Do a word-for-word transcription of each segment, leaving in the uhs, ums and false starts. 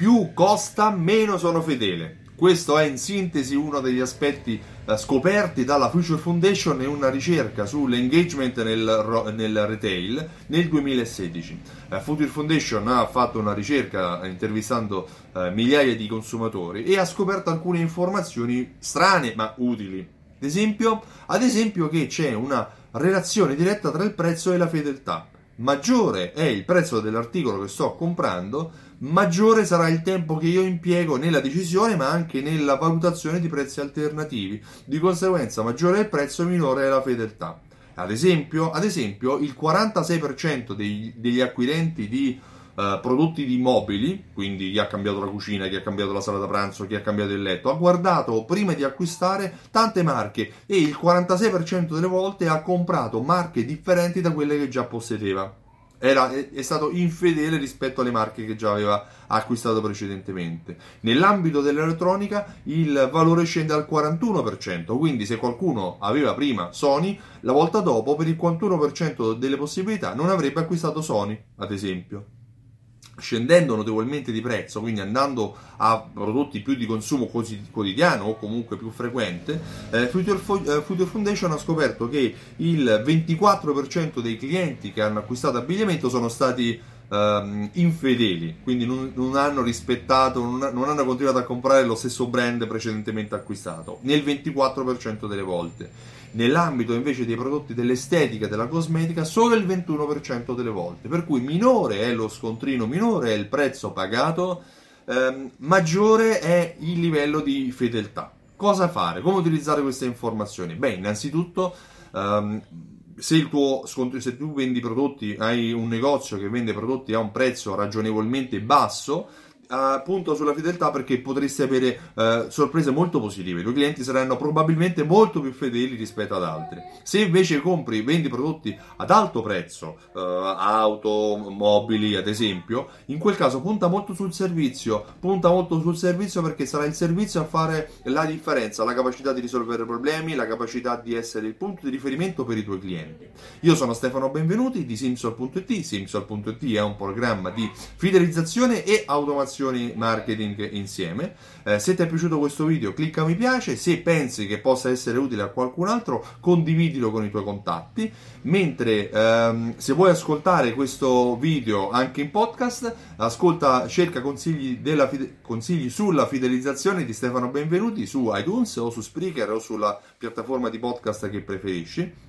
più costa, meno sono fedele. Questo è in sintesi uno degli aspetti eh, scoperti dalla Future Foundation in una ricerca sull'engagement nel, nel retail nel duemilasedici. La Future Foundation ha fatto una ricerca intervistando eh, migliaia di consumatori e ha scoperto alcune informazioni strane ma utili. Ad esempio, ad esempio che c'è una relazione diretta tra il prezzo e la fedeltà. Maggiore è il prezzo dell'articolo che sto comprando, maggiore sarà il tempo che io impiego nella decisione ma anche nella valutazione di prezzi alternativi. Di conseguenza maggiore è il prezzo, minore è la fedeltà. Ad esempio, ad esempio il quarantasei per cento degli, degli acquirenti di uh, prodotti di mobili, quindi chi ha cambiato la cucina, chi ha cambiato la sala da pranzo, chi ha cambiato il letto, ha guardato prima di acquistare tante marche e il quarantasei per cento delle volte ha comprato marche differenti da quelle che già possedeva. Era, è stato infedele rispetto alle marche che già aveva acquistato precedentemente. Nell'ambito dell'elettronica il valore scende al quarantuno per cento, quindi se qualcuno aveva prima Sony, la volta dopo per il quarantuno per cento delle possibilità non avrebbe acquistato Sony, ad esempio. Scendendo notevolmente di prezzo, quindi andando a prodotti più di consumo quotidiano o comunque più frequente, eh, Future, Fo- eh, Future Foundation ha scoperto che il ventiquattro per cento dei clienti che hanno acquistato abbigliamento sono stati ehm, infedeli, quindi non, non hanno rispettato, non, non hanno continuato a comprare lo stesso brand precedentemente acquistato, nel ventiquattro per cento delle volte. Nell'ambito invece dei prodotti dell'estetica e della cosmetica solo il ventuno per cento delle volte, per cui minore è lo scontrino, minore è il prezzo pagato, ehm, maggiore è il livello di fedeltà. Cosa fare? Come utilizzare queste informazioni? Beh, innanzitutto ehm, se il tuo scontro, se tu vendi prodotti, hai un negozio che vende prodotti a un prezzo ragionevolmente basso, Uh, punto sulla fedeltà, perché potresti avere uh, sorprese molto positive. I tuoi clienti saranno probabilmente molto più fedeli rispetto ad altri. Se invece compri, vendi prodotti ad alto prezzo, uh, auto, mobili ad esempio, in quel caso punta molto sul servizio, punta molto sul servizio perché sarà il servizio a fare la differenza, la capacità di risolvere problemi, la capacità di essere il punto di riferimento per i tuoi clienti. Io sono Stefano Benvenuti di Simsol punto it. Simsol punto it è un programma di fidelizzazione e automazione marketing insieme. Eh, se ti è piaciuto questo video, clicca mi piace. Se pensi che possa essere utile a qualcun altro, condividilo con i tuoi contatti. Mentre ehm, se vuoi ascoltare questo video anche in podcast, ascolta, cerca consigli, della fide- consigli sulla fidelizzazione di Stefano Benvenuti su iTunes o su Spreaker o sulla piattaforma di podcast che preferisci.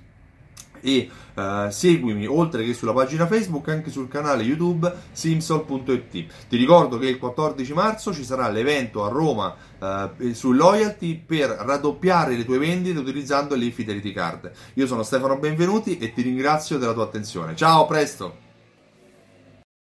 E uh, seguimi oltre che sulla pagina Facebook anche sul canale YouTube Simsol punto it. Ti ricordo che il quattordici marzo ci sarà l'evento a Roma uh, su Loyalty per raddoppiare le tue vendite utilizzando le Fidelity Card. Io sono Stefano Benvenuti e ti ringrazio della tua attenzione. Ciao, a presto!